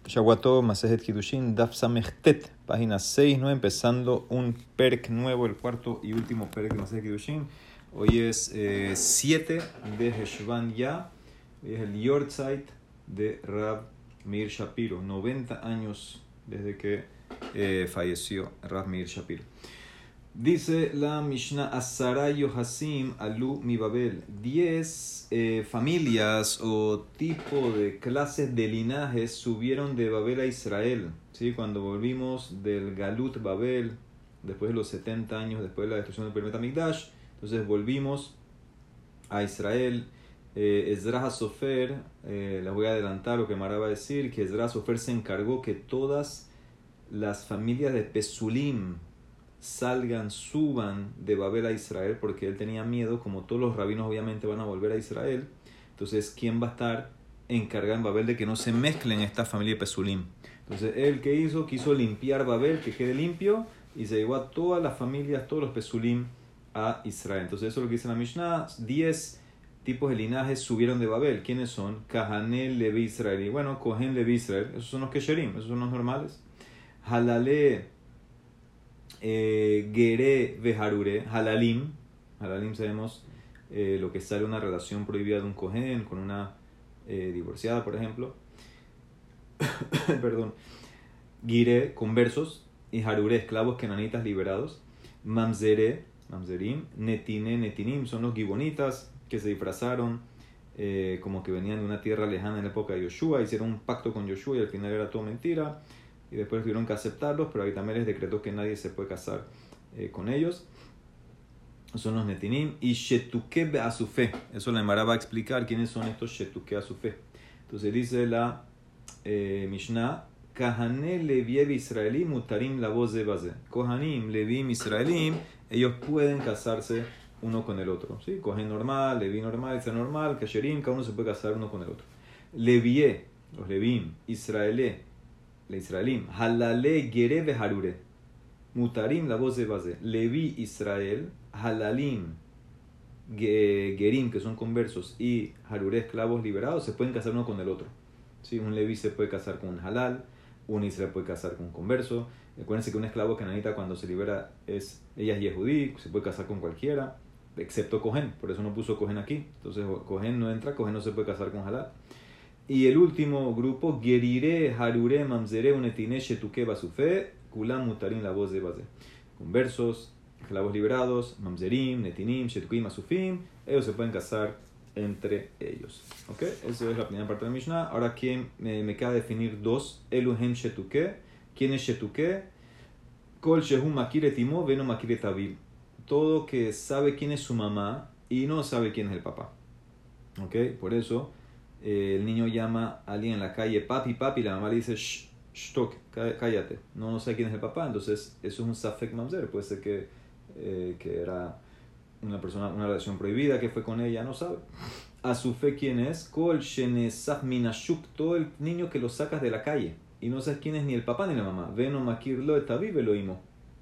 Shawato Masejet Kiddushin, Daf Samechtet, página 6, empezando un perek nuevo, el cuarto y último perek de Masejet Kiddushin. Hoy es 7 de Heshvan ya, hoy es el Yortzeit de Rab Meir Shapiro, 90 años desde que falleció Rab Meir Shapiro. Dice la Mishnah, Asara Yohasim Alu Mi Babel, 10 familias o tipo de clases de linajes subieron de Babel a Israel. ¿Sí? Cuando volvimos del Galut Babel, después de los 70 años después de la destrucción del primer Bet Hamikdash, entonces volvimos a Israel. Ezra HaSofer, les voy a adelantar lo que Mara va a decir, que Ezra HaSofer se encargó que todas las familias de Pesulim suban de Babel a Israel, porque él tenía miedo, como todos los rabinos obviamente van a volver a Israel, entonces ¿quién va a estar encargado en Babel de que no se mezclen estas familias de Pesulim? Entonces él que hizo, quiso limpiar Babel, que quede limpio, y se llevó a todas las familias, todos los Pesulim a Israel. Entonces eso es lo que dice la Mishnah, 10 tipos de linajes subieron de Babel. ¿Quiénes son? Kahanel, Levi, Israel. Y bueno, Cohen, Levi, Israel, esos son los Kesherim, esos son los normales. Halale, Geré Veharure, Halalim sabemos lo que sale una relación prohibida de un Cohen con una divorciada, por ejemplo. Perdón. Giré, conversos, y Harure, esclavos kenanitas liberados. Mamzerim, Netinim, son los gibonitas que se disfrazaron como que venían de una tierra lejana en la época de Yoshua, hicieron un pacto con Yoshua y al final era todo mentira. Y después tuvieron que aceptarlos, pero ahí también les decretó que nadie se puede casar con ellos. Son los Netinim. Y Shetuke Be'asufe. Eso la Emara va a explicar quiénes son estos Shetuke Asufe. Entonces dice la Mishnah, Kahane Leviev Israelim Mutarim la voz de base. Kohanim, Levim, Israelim, ellos pueden casarse uno con el otro. ¿Sí? Kohen normal, Levi normal, Israel normal, Kasherim, cada uno se puede casar uno con el otro. Levie, los Levim, Israelé, le Israelim, Halale Geré Veharure, Mutarim la voz de base, Levi Israel, Halalim Gerim, que son conversos, y Harure, esclavos liberados, se pueden casar uno con el otro. ¿Sí? Un Levi se puede casar con un Halal, un Israel puede casar con un converso. Acuérdense que un esclavo cananita cuando se libera ella es Yehudí, se puede casar con cualquiera, excepto Cohen, por eso no puso Cohen aquí. Entonces Cohen no entra, Cohen no se puede casar con Halal. Y el último grupo, Gerire, Harure, Mamzere, Unetine, Shetuke, Basufe, Kulam, Mutarim, la voz de base. Conversos, esclavos liberados, Mamzerim, Netinim, Shetukim, Masufim, ellos se pueden casar entre ellos. ¿Ok? Esa es la primera parte de la Mishnah. Ahora aquí me queda definir dos. Eluhem Shetuke. ¿Quién es Shetuke? Kol Shehu Makire Timo, Veno Makire Tabib. Todo que sabe quién es su mamá y no sabe quién es el papá. ¿Ok? Por eso el niño llama a alguien en la calle papi, papi, la mamá le dice shtok, cállate, no sé quién es el papá. Entonces eso es un safek mamzer, puede ser que era una persona, una relación prohibida que fue con ella, no sabe. A su fe quién es, kol shenesaf minashuk, todo el niño que lo sacas de la calle y no sabes quién es ni el papá ni la mamá. Veno makirlo etavive lo imo.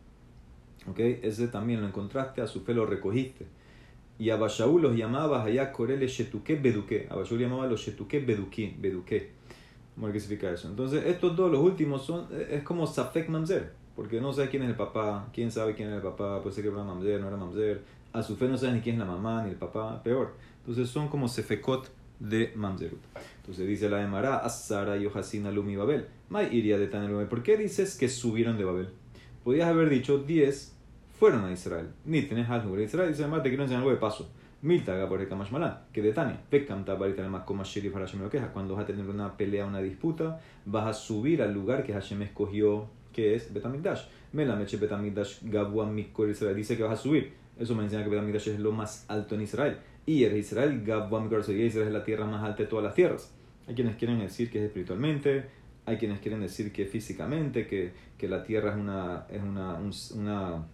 Ok, ese también lo encontraste, a su fe lo recogiste. Y a Bashaú los llamaba allá Korele Shetuke Beduke. A Bashaú llamaba los Shetuke Beduke. ¿Cómo significa eso? Entonces, estos dos, los últimos, es como Safek Mamzer. Porque no sabe quién es el papá. ¿Quién sabe quién es el papá? Puede ser que era Mamzer, no era Mamzer. A su fe no sabe ni quién es la mamá ni el papá. Peor. Entonces, son como Sefekot de Mamzerut. Entonces, dice la Emara, Asara Yohasin Alumi Babel. May iría de Tanel. ¿Por qué dices que subieron de Babel? Podías haber dicho 10 fueron a Israel. Ni tenés algo de Israel. Dice además, te quiero enseñar algo de paso. Miltaga por el Kamash Malan, que de Tania. Pekam tabarita más como Sheri para Hashem lo queja. Cuando vas a tener una pelea, una disputa, vas a subir al lugar que Hashem escogió, que es Bet Hamikdash. Melameche Bet Hamikdash Gabua Mikor Israel. Dice que vas a subir. Eso me enseña que Bet Hamikdash es lo más alto en Israel. Y el Israel Gabua Mikor Israel. Israel es la tierra más alta de todas las tierras. Hay quienes quieren decir que es espiritualmente. Hay quienes quieren decir que físicamente, que la tierra es una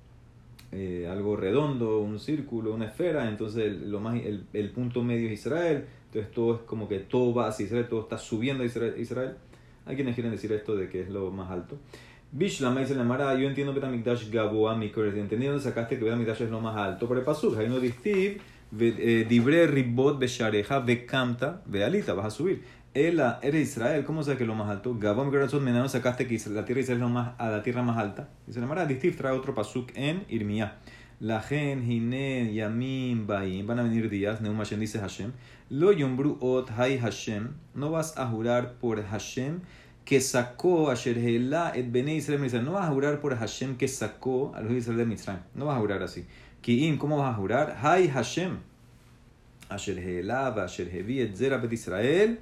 algo redondo, un círculo, una esfera. Entonces el punto medio es Israel. Entonces todo es como que todo va hacia Israel, todo está subiendo a Israel. Hay quienes quieren decir esto de que es lo más alto. Bishlama dice la Mara, yo entiendo Bet Hamikdash Gaboa Mikor, entendí donde sacaste que Bet Hamikdash es lo más alto, pero el pasuk, hay no distiv, dibre ribot beshareja vekamta vealita, vas a subir. eres Israel, ¿cómo sabes que es lo más alto? Gabón Gerazot Menano sacaste que la tierra de Israel es a la tierra más alta. Dice la Mara, Distif trae otro pasuk en Irmía. La gen, Hine, Yamim, Baim, van a venir días, Neum Hashem dice Hashem. Lo Yombru Ot Hai Hashem, no vas a jurar por Hashem que sacó a Sherhela et Bene Israel de Israel. No vas a jurar por Hashem que sacó a los de Israel de Mitzrayim. No vas a jurar así. Kiim, ¿cómo vas a jurar? Hai Hashem. Sherhela, Sherhevi, et Zera Bet Israel.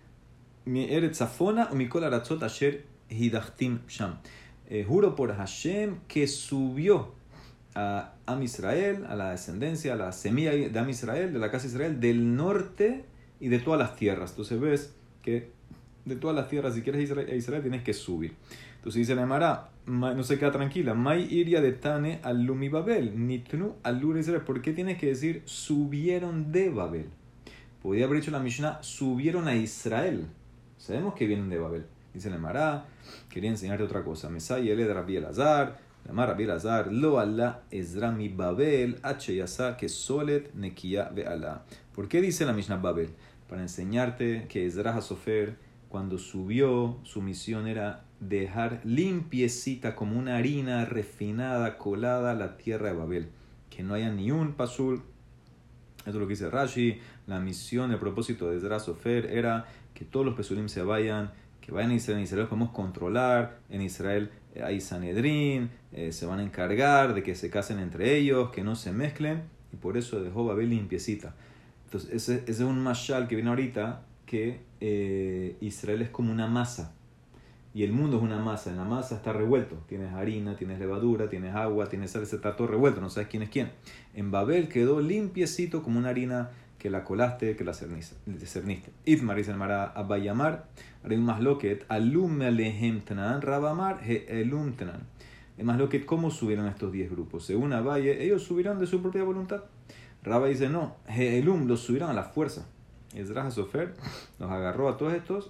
Mi Eretz Zafona o Mikol Aratzot Asher Hidachtim Sham. Juro por Hashem que subió a Am Israel, a la descendencia, a la semilla de Am Israel, de la casa de Israel, del norte y de todas las tierras. Entonces ves que de todas las tierras, si quieres ir a Israel, tienes que subir. Entonces dice la Emara, no se queda tranquila. Mai iria de Tane alumi Babel, nitnu alur Israel. ¿Por qué tienes que decir subieron de Babel? Podría haber dicho la Mishnah, subieron a Israel. Sabemos que vienen de Babel. Dice la Emara, quería enseñarte otra cosa. Mesai ele de Rabbi Elazar, la Mara Rabbi Elazar, lo ala Ezra mi Babel, h yasa que solet nekia ve ala. ¿Por qué dice la Mishnah Babel? Para enseñarte que Ezra Hasofer, cuando subió, su misión era dejar limpiecita como una harina refinada, colada la tierra de Babel. Que no haya ni un pasul. Esto es lo que dice Rashi. La misión, el propósito de Ezra Sofer era que todos los pesulim se vayan, que vayan a Israel. En Israel los podemos controlar. En Israel hay Sanedrín, se van a encargar de que se casen entre ellos, que no se mezclen. Y por eso dejó Babel limpiecita. Entonces ese es un mashal que viene ahorita, que Israel es como una masa. Y el mundo es una masa. En la masa está revuelto. Tienes harina, tienes levadura, tienes agua, tienes sal. Está todo revuelto. No sabes quién es quién. En Babel quedó limpiecito como una harina que la colaste, que la cerniste. Itmar dice el Mara Abayamar. Hay un masloquet. Alum alehem tenan. Rabamar elum tenan. El masloquet, ¿cómo subieron estos 10 grupos? Según Abaye, ellos subieron de su propia voluntad. Rabba dice no. Elum los subieron a la fuerza. Ezra Hasofer los agarró a todos estos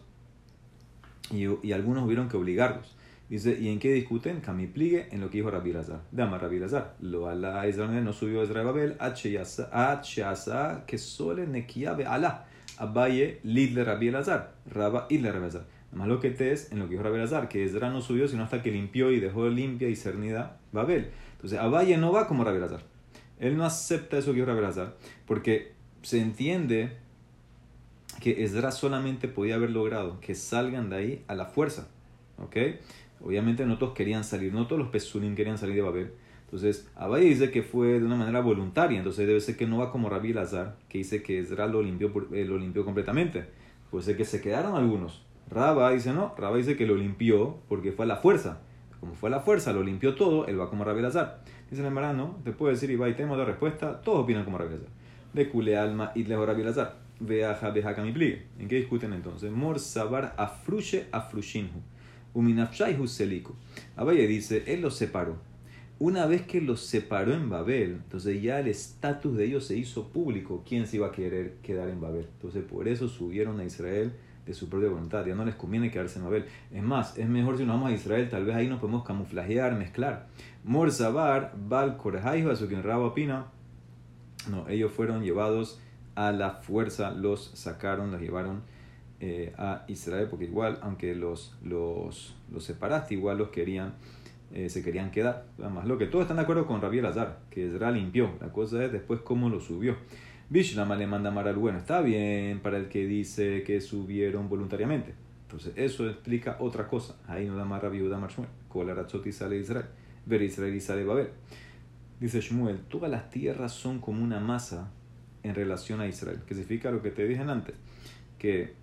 y algunos hubieron que obligarlos. Dice, ¿y en qué discuten? Kamipligue, en lo que dijo Rabbi Elazar. Dama Rabbi Elazar. Lo ala Israel no subió a Ezra de Babel. H que sole nekia be ala. Abaye lidle Rabbi Elazar. Rabba idle Rabbi Elazar. Además lo que te es en lo que dijo Rabbi Elazar, que Ezra no subió sino hasta que limpió y dejó limpia y cernida Babel. Entonces Abaye no va como Rabbi Elazar. Él no acepta eso que dijo Rabbi Elazar, porque se entiende que Ezra solamente podía haber logrado que salgan de ahí a la fuerza. ¿Ok? Obviamente no todos querían salir, no todos los pesulim querían salir de Babel. Entonces, Abaye dice que fue de una manera voluntaria, entonces debe ser que no va como Rabbi Elazar, que dice que Ezra lo limpió completamente. Puede ser que se quedaron algunos. Rabba dice no, Rabba dice que lo limpió porque fue a la fuerza. Como fue a la fuerza, lo limpió todo, él va como Rabbi Elazar. Dice el hermano, no, te puedo decir, y tenemos la respuesta, todos opinan como Rabbi Elazar. De Kule Alma y Lejo Rabbi Elazar. Veja mi pligue. ¿En qué discuten entonces? Mor sabar afrushe afrushinhu. Uminafshaihu seliku. Abaye dice, él los separó. Una vez que los separó en Babel, entonces ya el estatus de ellos se hizo público. ¿Quién se iba a querer quedar en Babel? Entonces por eso subieron a Israel de su propia voluntad. Ya no les conviene quedarse en Babel. Es más, es mejor si nos vamos a Israel, tal vez ahí nos podemos camuflajear, mezclar. Mor sabar, bal korehaihu, a su quien Rabba opina. No, ellos fueron llevados a la fuerza, los sacaron, los llevaron a Israel, porque igual, aunque los separaste, igual los querían, se querían quedar. Además, lo que todos están de acuerdo con Rabbi Elazar, que Ezra limpió. La cosa es después cómo lo subió. Bishlama le manda Maral, bueno, está bien para el que dice que subieron voluntariamente. Entonces, eso explica otra cosa. Ahí no da más Rabbi Yehuda Mar Shmuel. Kolaratzoti sale Israel. Ver Israel y sale Babel. Dice Shmuel, todas las tierras son como una masa en relación a Israel, que significa lo que te dije antes, que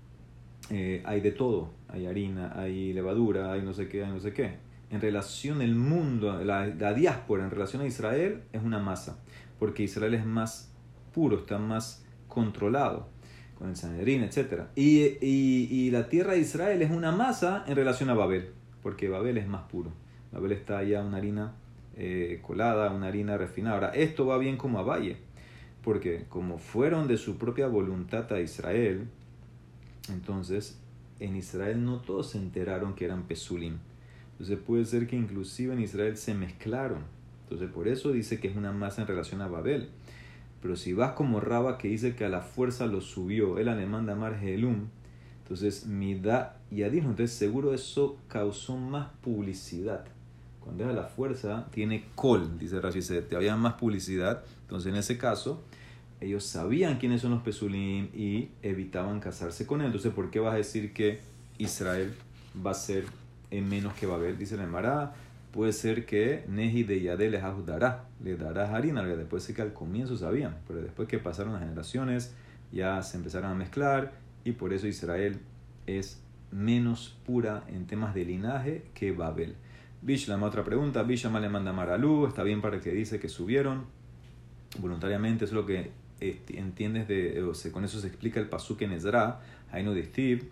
hay de todo, hay harina, hay levadura, hay no sé qué, hay no sé qué. En relación al mundo, la diáspora en relación a Israel es una masa, porque Israel es más puro, está más controlado, con el Sanedrín, etc. Y la tierra de Israel es una masa en relación a Babel, porque Babel es más puro. Babel está allá una harina colada, una harina refinada. Ahora, esto va bien como a Valle, porque como fueron de su propia voluntad a Israel, entonces en Israel no todos se enteraron que eran pesulim. Entonces puede ser que inclusive en Israel se mezclaron. Entonces por eso dice que es una masa en relación a Babel. Pero si vas como Rabba, que dice que a la fuerza lo subió, él le manda Mar Helum, Entonces, Midá y Adino, entonces seguro eso causó más publicidad. Cuando es a la fuerza, tiene col, dice Rashi, te había más publicidad. Entonces, en ese caso, ellos sabían quiénes son los Pesulim y evitaban casarse con él. Entonces, ¿por qué vas a decir que Israel va a ser menos que Babel? Dice la Emara, puede ser que Neji de Yadé les ajudará, le dará harina, después sí que al comienzo sabían, pero después que pasaron las generaciones ya se empezaron a mezclar y por eso Israel es menos pura en temas de linaje que Babel. Bishlam, otra pregunta, Bishlam le manda Maralú, está bien para el que dice que subieron voluntariamente, eso es lo que entiendes con eso se explica el pasuk en Ezra, Hainu de Steve,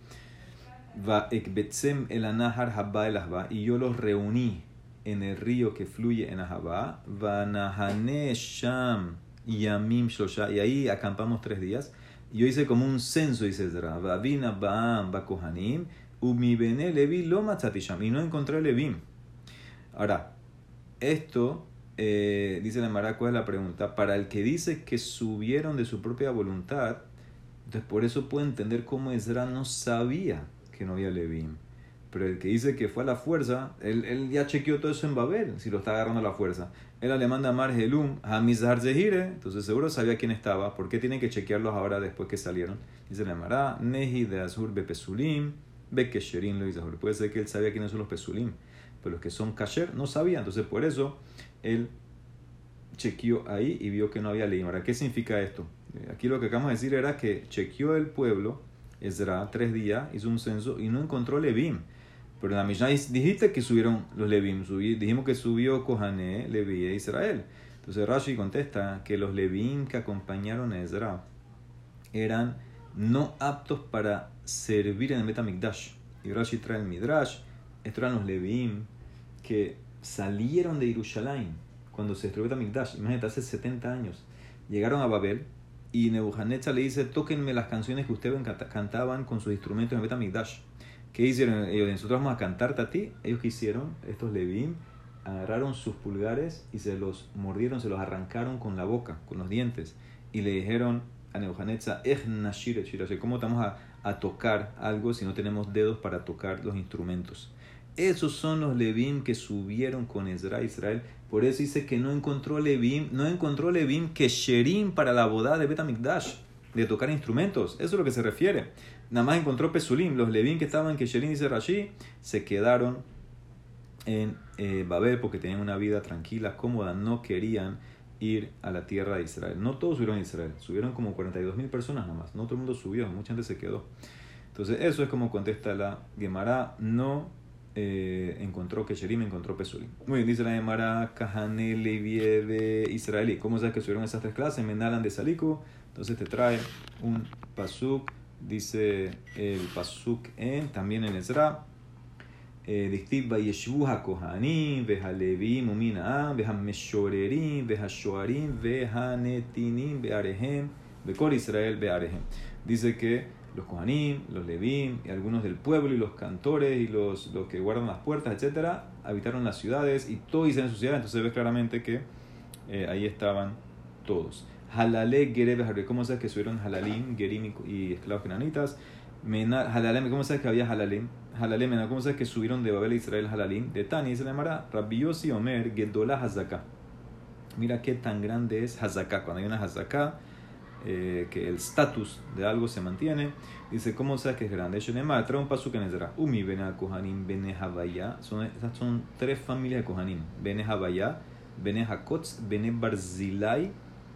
va ekbetzem el anahar habba el ahba, y yo los reuní en el río que fluye en Ahabá, va nahane sham yamim shlosha, y ahí acampamos 3 días. Y yo hice como un censo, dice Ezra, va vina baam va kohanim, umi bene levi lo matzati sham, y no encontré levim. Ahora, esto dice la Emara, ¿cuál es la pregunta? Para el que dice que subieron de su propia voluntad, entonces por eso puede entender cómo Ezra no sabía que no había Levim. Pero el que dice que fue a la fuerza, él ya chequeó todo eso en Babel, si lo está agarrando a la fuerza. Él le manda a Margelum, a Mizhar Zehire, entonces seguro sabía quién estaba. ¿Por qué tienen que chequearlos ahora después que salieron? Dice la Emara, Nehi de Azur be Pesulim, be Kesherin lo Izahur. Puede ser que él sabía quiénes son los Pesulim, pero los que son Kasher no sabía. Entonces por eso él chequeó ahí y vio que no había Levim. Ahora, ¿qué significa esto? Aquí lo que acabamos de decir era que chequeó el pueblo, Ezra, 3 días, hizo un censo y no encontró Levim. Pero en la Mishnah dijiste que subieron los Levim, dijimos que subió Kohané, Leví e Israel. Entonces Rashi contesta que los Levim que acompañaron a Ezra eran no aptos para servir en el Bet HaMikdash. Y Rashi trae el Midrash, estos eran los Levim que salieron de Jerusalén cuando se destruyó el Bet HaMikdash. Imagínate, hace 70 años. Llegaron a Babel y Nebuchadnezzar le dice, tóquenme las canciones que ustedes cantaban con sus instrumentos en el Bet HaMikdash. ¿Qué hicieron ellos? Nosotros vamos a cantarte a ti. Ellos, ¿qué hicieron? Estos Levim agarraron sus pulgares y se los mordieron, se los arrancaron con la boca, con los dientes, y le dijeron a Nebuchadnezzar, ¿cómo estamos a tocar algo si no tenemos dedos para tocar los instrumentos? Esos son los Levim que subieron con Ezra a Israel. Por eso dice que no encontró Levim que Sherim para la boda de Bet HaMikdash, de tocar instrumentos. Eso es lo que se refiere. Nada más encontró Pesulim. Los Levim que estaban en Kesherim, dice Rashi, se quedaron en Babel porque tenían una vida tranquila, cómoda. No querían ir a la tierra de Israel. No todos subieron a Israel. Subieron como 42,000 personas nada más. No todo el mundo subió. Mucha gente se quedó. Entonces eso es como contesta la Gemara. No encontró Kesherim, encontró Pesulim. Muy bien, dice la Gemara, Kahane Levi de Israelí. ¿Cómo sabes que subieron esas 3 clases? Menalan de Saliku. Entonces te trae un pasuk. Dice el pasuk también en Ezra, Dictiv vayeshvu hakohanim vehalevim umina'am vehameshorerim vehashoarim vehanetinim bearehem bekor Israel bearehem. Dice que los kohanim, los levim y algunos del pueblo y los cantores y los que guardan las puertas, etcétera, habitaron las ciudades y todo Israel en sus ciudades. Entonces ves claramente que ahí estaban todos. Halale Gereb, ¿cómo sabes que subieron Halalim, Gerim y esclavos cananitas? Halalem, ¿cómo sabes que había Halalim? Halalem, ¿cómo sabes que subieron de Babel a Israel Halalim? De Tani, se le llamará Rabbi Yossi Omer Gedolah Hazaká. Mira qué tan grande es Hazaká. Cuando hay una Hazaká, que el estatus de algo se mantiene. Dice, ¿cómo sabes que es grande? Shenemar, trae un pasuk en Ezra. Umi Bene Kohanim Bene Havaya. Estas son 3 familias de Kohanim. Bene Havaya, Bene Hakotz, Bene Barzilai.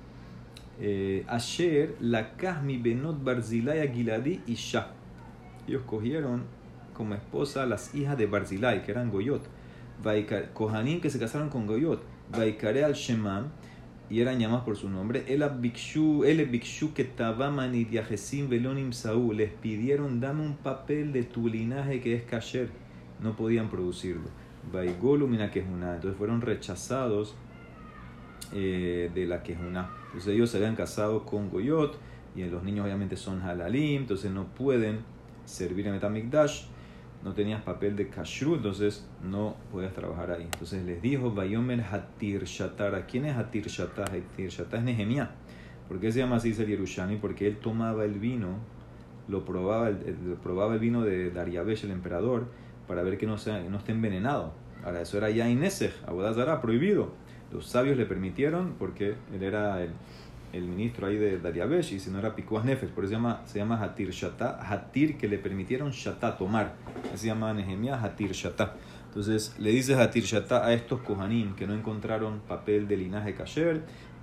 Asher Lakah mi benot Barzilai Agiladi Isha. Ellos cogieron como esposa las hijas de Barzilai, que eran Goyot. Kohanim que se casaron con Goyot. Vaikare al Shemam, y eran llamados por su nombre. El Bikshu que Tabamanit Yahesim Velonim Saúl. Les pidieron, dame un papel de tu linaje que es kasher. No podían producirlo. Vaigolu mina Kejuná. Entonces fueron rechazados de la Kejuná. Entonces ellos se habían casado con Goyot y los niños obviamente son Halalim, entonces no pueden servir en Bet HaMikdash. No tenías papel de kashrut, entonces no podías trabajar ahí. Entonces les dijo Vayomer Hatir Shatar. ¿Quién es Hatir Shatar? Hatir Shatar es Nehemías. ¿Por qué se llama así el Yerushani? Porque él tomaba el vino probaba el vino de Dariabesh, el emperador, para ver que no esté envenenado. Ahora, eso era ya Inesej, Abodazara, prohibido. Los sabios le permitieron porque él era el ministro ahí de Dariabesh, y si no era Pikuas Nefesh, por eso se llama Hatir Shatá, Hatir, que le permitieron Shatá, tomar. Se llama Nehemías Hatir Shatá. Entonces le dice Hatir Shatá a estos Kohanim que no encontraron papel de linaje kasher,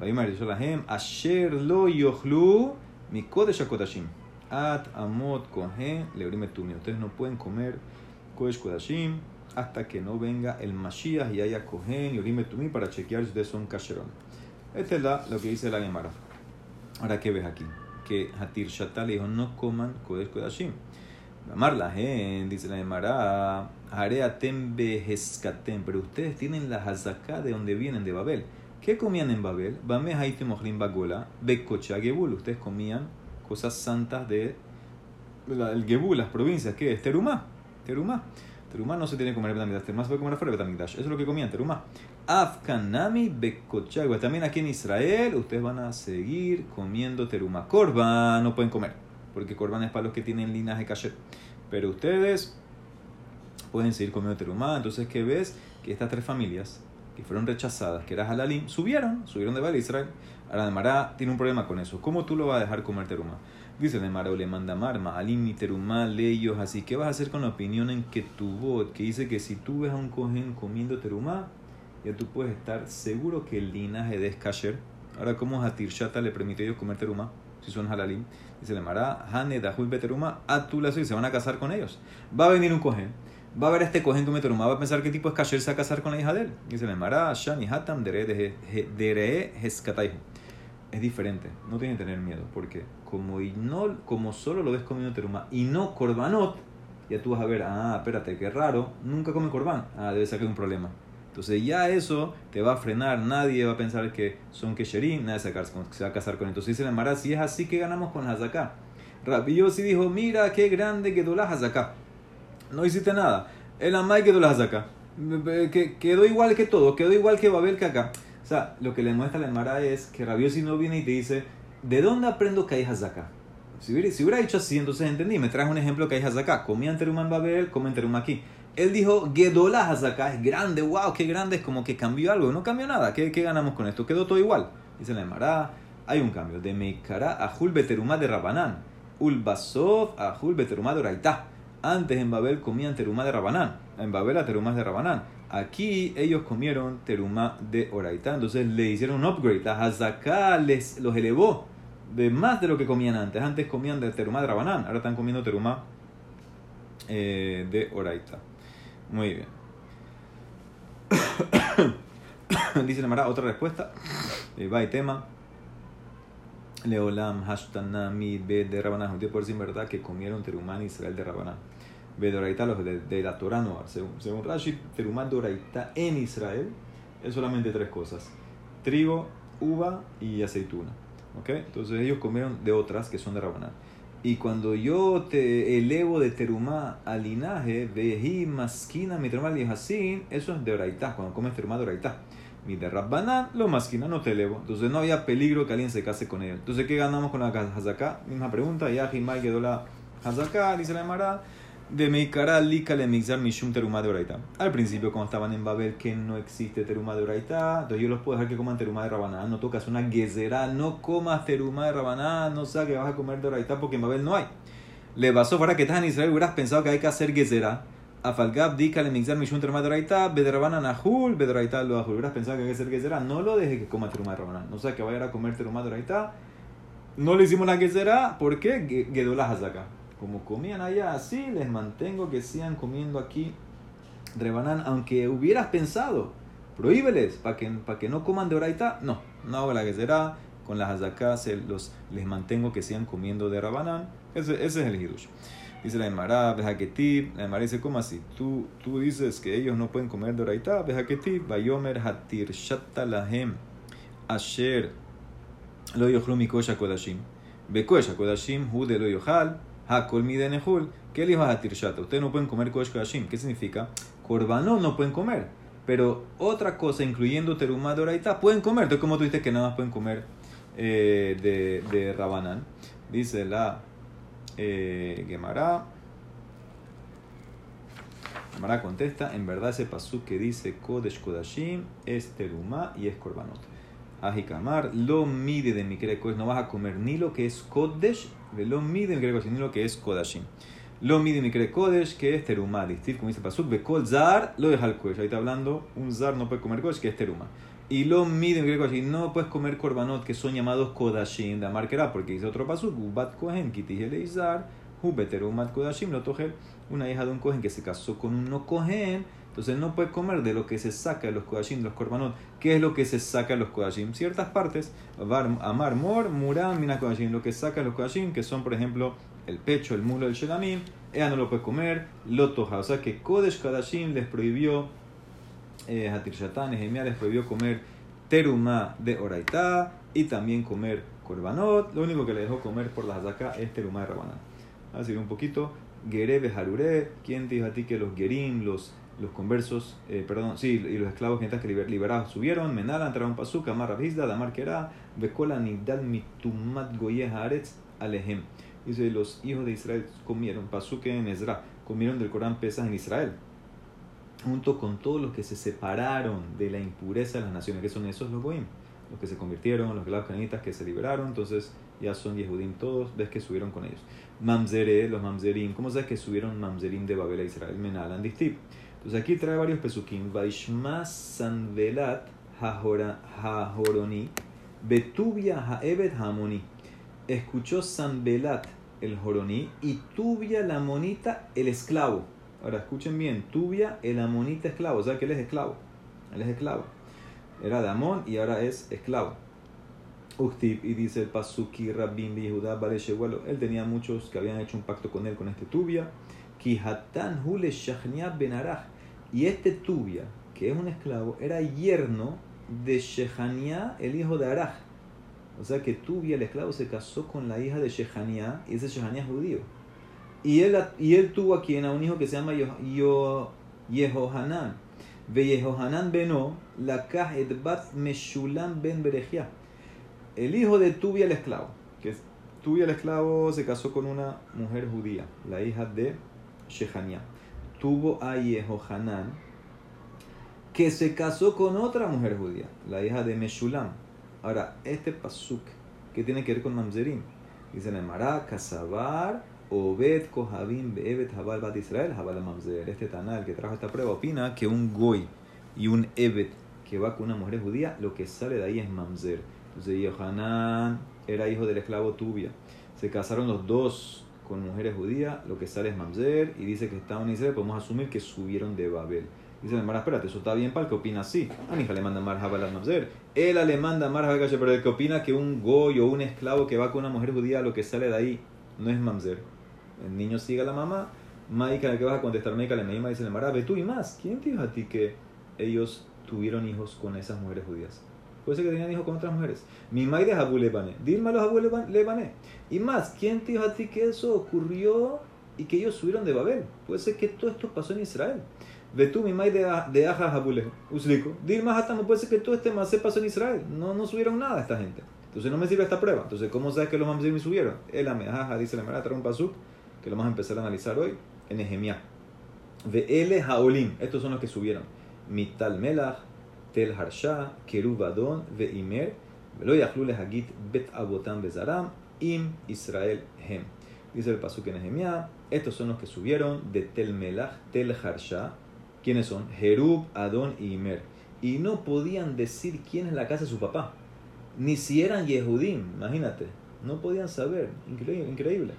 Asher lo yochlu mi kodesh hakodashim at amot kohen leorim etumim. Ustedes no pueden comer kodesh kodashim hasta que no venga el Mashiach y haya kohen y leorim etumim para chequear si ustedes son kasherón. Esta es lo que dice la Gemara. Ahora, ¿qué ves aquí? Que Hatir Shatá le dijo, no coman kodesh kodashim. Amar la gente, dice la Gemara, Hareatem beheskatem, pero ustedes tienen la hazaká de donde vienen, de Babel. ¿Qué comían en Babel? Bame haitim ochlim bagola, bekocha gebul. Ustedes comían cosas santas del gebul, las provincias. ¿Qué es? Terumá. Terumá no se tiene que comer en Betamigdash. Terumá se puede comer afuera de Betamigdash. Eso es lo que comían, terumá. Afkanami bekocha. También aquí en Israel ustedes van a seguir comiendo terumá. Korban no pueden comer, porque Korban es para los que tienen linaje kasher. Pero ustedes pueden seguir comiendo terumá. Entonces, ¿qué ves? Que estas tres familias que fueron rechazadas, que era halalim, subieron de Babel a Israel. Ahora el Mará tiene un problema con eso. ¿Cómo tú lo vas a dejar comer terumá? Dice el Mará, o le manda marma, alim y terumá, leyos, así. ¿Qué vas a hacer con la opinión en que tu bot, que dice que si tú ves a un cohen comiendo terumá, ya tú puedes estar seguro que el linaje de es kasher? Ahora, ¿cómo Hatir Shatá le permitió a ellos comer terumá si son halalim? Dice el Mará, hane dahul beterumá, atulazo, y se van a casar con ellos. Va a venir un cohen, va a ver a este cohen come terumá, va a pensar qué tipo es kasher, se va a casar con la hija de él. Dice el Mará, shani hatam deree heskataihu. Es diferente, no tienes que tener miedo, porque como solo lo ves comiendo terumá y no korbanot, ya tú vas a ver, espérate, qué raro, nunca come korban, debe ser que hay un problema. Entonces ya eso te va a frenar, nadie va a pensar que son kesherim, nadie se va a casar con él. Entonces dice la Mará, si es así, ¿qué ganamos con hazaká? Rabbi Yossi dijo, mira qué grande quedó la hazaká, no hiciste nada, el amay quedó la hazaká, quedó igual que todo, quedó igual que Babel que acá. O sea, lo que le muestra la Gemara es que Rabbi Yossi no viene y te dice, ¿de dónde aprendo que hay hazaká? Si hubiera dicho así, entonces entendí, me traes un ejemplo que hay hazaká, comían terumá en Babel, comen terumá aquí. Él dijo, Gedolah hazaká, es grande, wow, qué grande, es como que cambió algo, no cambió nada, ¿qué ganamos con esto? Quedó todo igual. Dice la Gemara, hay un cambio, de Meikara a Jul beterumá de Rabanán, Ulbasov a Jul beterumá de Oraitá. Antes en Babel comían terumá de Rabanán, en Babel la terumá es de Rabanán. Aquí ellos comieron terumá de Oraitá, entonces le hicieron un upgrade. La hazaká los elevó de más de lo que comían antes. Antes comían de terumá de Rabanán, ahora están comiendo terumá de Oraitá. Muy bien. Dice la Mara, otra respuesta. Va y tema. Leolam hashtanami be de Rabanán. Usted puede decir en verdad que comieron terumá en Israel de Rabanán. Be de Oraitá, los de la Torah no. Según Rashi, terumá de Oraitá en Israel es solamente tres cosas: trigo, uva y aceituna. ¿Okay? Entonces ellos comieron de otras que son de Rabanán. Y cuando yo te elevo de terumá al linaje, veji maskina mi terumá lihasin, eso es de Oraitá, cuando comes terumá de Oraitá. Mi de Rabbanán, lo maskina no te elevo. Entonces no había peligro que alguien se case con ellos. Entonces, ¿qué ganamos con la hazaká? Misma pregunta, ya Jimai quedó la hazaká, dice la Gemara, de Meikara lika le mixar mishum terumá de Oraitá. Al principio, cuando estaban en Babel, que no existe terumá de Oraitá, entonces yo los puedo dejar que coman terumá de Rabanán. No tocas una gezerá, no comas terumá de Rabanán, no sabes que vas a comer de Oraitá porque en Babel no hay. Le pasó para que estás en Israel, hubieras pensado que hay que hacer gezerá. Afalgab dika le mixar mishum terumá de Oraitá, bederabanán ahul, bederaitá lo ahul. Hubieras pensado que hay que hacer gezerá, no lo dejes que coma terumá de Rabanán. No sabes que vaya a comer terumá de Oraitá. No le hicimos la gezerá, ¿por qué? Gedolá hazaká. Como comían allá así, les mantengo que sigan comiendo aquí Rebanán, aunque hubieras pensado, prohíbeles para que no coman de Oraitá. No hago la que será, con las hazaká les mantengo que sigan comiendo de Rabanán. Ese es el hidush. Dice la Gemara, Bejaketib, la Gemara dice, ¿cómo así? Tú dices que ellos no pueden comer de Oraitá, Bejaketib, Bayomer Hatir Shatta Lahem, Asher Lo Yochlu Mikosha Kodashim, Bekosha Kodashim, Hude Lo Yochal, Hakol Midenehul. ¿Qué le dijo a Hatir Shatta? Ustedes no pueden comer Kodesh Kodashim. ¿Qué significa? Korbanot no pueden comer, pero otra cosa, incluyendo terumá de Oraitá, pueden comer. Entonces, como tú dices que nada más pueden comer de Rabanán, dice la Gemara contesta, en verdad ese pasuk que dice Kodesh Kodashim es terumá y es korbanot. Ajikamar, lo mide de Mikre Kodesh, no vas a comer ni lo que es Kodesh, lo mide de Mikre Kodesh, ni lo que es Kodashim. Lo mide de Mikre Kodesh, que es terumá, distil, como dice el pasuk, Bekol Zar, lo deja el Kodesh. Ahí está hablando, un Zar no puede comer Kodesh, que es terumá. Y lo mide de Mikre Kodesh, y no puedes comer korbanot, que son llamados Kodashim, de Amarkera, porque dice otro pasuk, Ubat Kohen, Kitihele Izar, Hubeterumat Kodashim, lo toje una hija de un Kohen que se casó con un no Kohen, entonces no puede comer de lo que se saca de los Kodashim, de los korbanot. ¿Qué es lo que se saca de los Kodashim? Ciertas partes, Amar Mor, Muram, Mina Kodashim, lo que saca de los Kodashim, que son por ejemplo el pecho, el muslo, el shelamim, ella no lo puede comer, lo toja. O sea que Kodesh Kodashim les prohibió, Hatir Shatan, Nehemia les prohibió comer terumá de oraitá y también comer korbanot. Lo único que le dejó comer por la hazaka es terumá de rabanán. Así un poquito. Gerebe Harure, ¿quién te dijo a ti que los gerim, los conversos, y los esclavos que liberados subieron? Menala, entraron pasuk, Amar Rabhizda, Damar Kera, Bekola Nigdal Mitumat Goye Haaretz Alehem. Dice, los hijos de Israel comieron, pasuk en Ezra, comieron del Corán Pesas en Israel, junto con todos los que se separaron de la impureza de las naciones, que son esos los goyim, los que se convirtieron, los esclavos canaanitas que se liberaron, entonces ya son Yehudim todos, ves que subieron con ellos. Mamzere, los mamzerim, ¿cómo sabes que subieron mamzerim de Babel a Israel? Menalan distip. Entonces aquí trae varios pesukim. Vaishma Sanvelat Hahoroni Betubia Haebet Hamoni. Escuchó Sanvelat el Joroni y Tubia la monita el esclavo. Ahora escuchen bien, Tubia el amonita esclavo, o sea que él es esclavo. Él es esclavo. Era de Amón y ahora es esclavo. Uktib, y dice el Pasuki Rabbim Yehuda Baleshewalo, él tenía muchos que habían hecho un pacto con él, con este Tubia, Kihatan Hule Shachnia Benaraj, y este Tubia, que es un esclavo, era yerno de Shechania, el hijo de Araj. O sea que Tubia, el esclavo, se casó con la hija de Shechania, y ese Shechania es judío. Y él tuvo aquí a un hijo que se llama Yehohanan. Ve Yehohanan beno, Lakah Edbat Meshulam ben Berejia. El hijo de Tubia el esclavo, Tubia el esclavo se casó con una mujer judía, la hija de Shechania. Tuvo a Yehohanan, que se casó con otra mujer judía, la hija de Meshulam. Ahora, este pasuk, ¿qué tiene que ver con Mamzerim? Dice Nemara, Kasabar, Obed, Kohabim, Be'ebet, Habal, Bat Israel, Habal, Mamzer. Este Tanal que trajo esta prueba opina que un Goy y un Evet que va con una mujer judía, lo que sale de ahí es Mamzer. Entonces Yehohanan era hijo del esclavo Tubia. Se casaron los dos con mujeres judías, lo que sale es Mamzer, y dice que estaban en Israel, podemos asumir que subieron de Babel. Dice el Mara, espérate, eso está bien para el que opina así. A mi hija le manda Marjabal al Mamzer. Él le manda Marjabal, pero el que opina que un goy o un esclavo que va con una mujer judía, lo que sale de ahí no es Mamzer. El niño sigue a la mamá. Maika, ¿qué vas a contestar? Maika le misma dice el Mara, ve tú y más. ¿Quién te dijo a ti que ellos tuvieron hijos con esas mujeres judías? Puede ser que tenían hijos con otras mujeres. Mi madre es Abu Lebané. Dilma los Abu Lebané. Y más, ¿quién te dijo a ti que eso ocurrió y que ellos subieron de Babel? Puede ser que todo esto pasó en Israel. Ve tú, mi madre de Aja Abu Uslico. Dilma Hatamo, puede ser que todo este masé pasó en Israel. No subieron nada esta gente. Entonces no me sirve esta prueba. Entonces, ¿cómo sabes que los mamzerim subieron? El Ameaja dice la Mara, trae un pasuk que lo vamos a empezar a analizar hoy en Nehemia. Ve Ele Haolim. Estos son los que subieron. Mital Melach, Tel Harsha, Kerub Adon, Veimer, Velo Yachlu Lehagit Bet Abotam Bezaram, Im Israel Hem. Dice el pasuk en Nehemia, estos son los que subieron de Tel Melach, Tel Harsha. ¿Quiénes son? Jerub, Adón y Imer. Y no podían decir quién es la casa de su papá. Ni si eran Yehudim, imagínate. No podían saber. Increíble.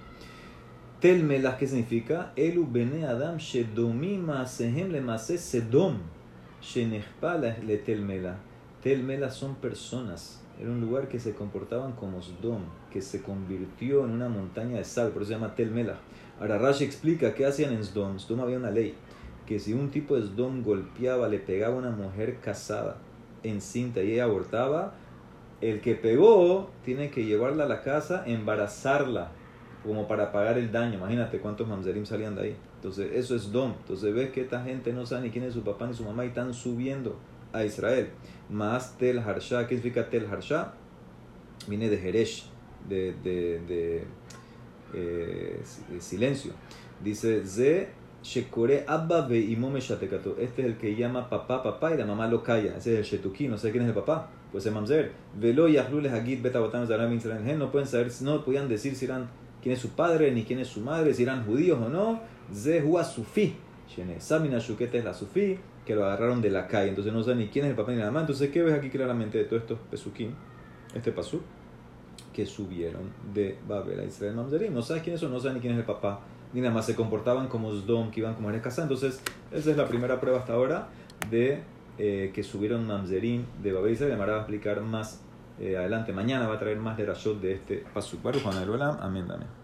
Tel Melach, ¿qué significa? Elu bene Adam shedomim maasehem lemase sedom. Shenechpa le Tel Melach. Tel Melach son personas. Era un lugar que se comportaban como Sdom, que se convirtió en una montaña de sal. Por eso se llama Tel Melach. Ahora Rashi explica qué hacían en Sdom. Sdom había una ley que si un tipo de Sdom golpeaba, le pegaba a una mujer casada encinta y ella abortaba, el que pegó tiene que llevarla a la casa, embarazarla, como para pagar el daño. Imagínate cuántos mamzerim salían de ahí. Entonces eso es Sdom. Entonces ves que esta gente no sabe ni quién es su papá ni su mamá y están subiendo a Israel. Más Tel Harsha. ¿Qué significa Tel Harsha? Viene de Jeresh, silencio. Dice, Ze Shekore Abba ve Imome Shatekato. Este es el que llama papá y la mamá lo calla. Ese es el Shetuki, no sé quién es el papá. Pues el Mamzer. Velo Yahlules Hagit Betabotam Zaram Israel. No pueden saber, no podían decir si eran quién es su padre ni quién es su madre, si eran judíos o no. Ze Hua Sufi. Samina Shukete es la Sufi, que lo agarraron de la calle. Entonces no saben ni quién es el papá ni la mamá. Entonces, ¿qué ves aquí claramente de todos estos pesukim? Este pasú que subieron de Babel a Israel Mamzerim. No sabes quiénes son, no saben ni quién es el papá, ni nada más se comportaban como Sdom, que iban como mujeres casadas. Entonces, esa es la primera prueba hasta ahora de que subieron Mamzerim de Babel a Israel. Me va a explicar más adelante. Mañana va a traer más de Rashot de este pasú. Baruch Hanay Olam. Amén, amén.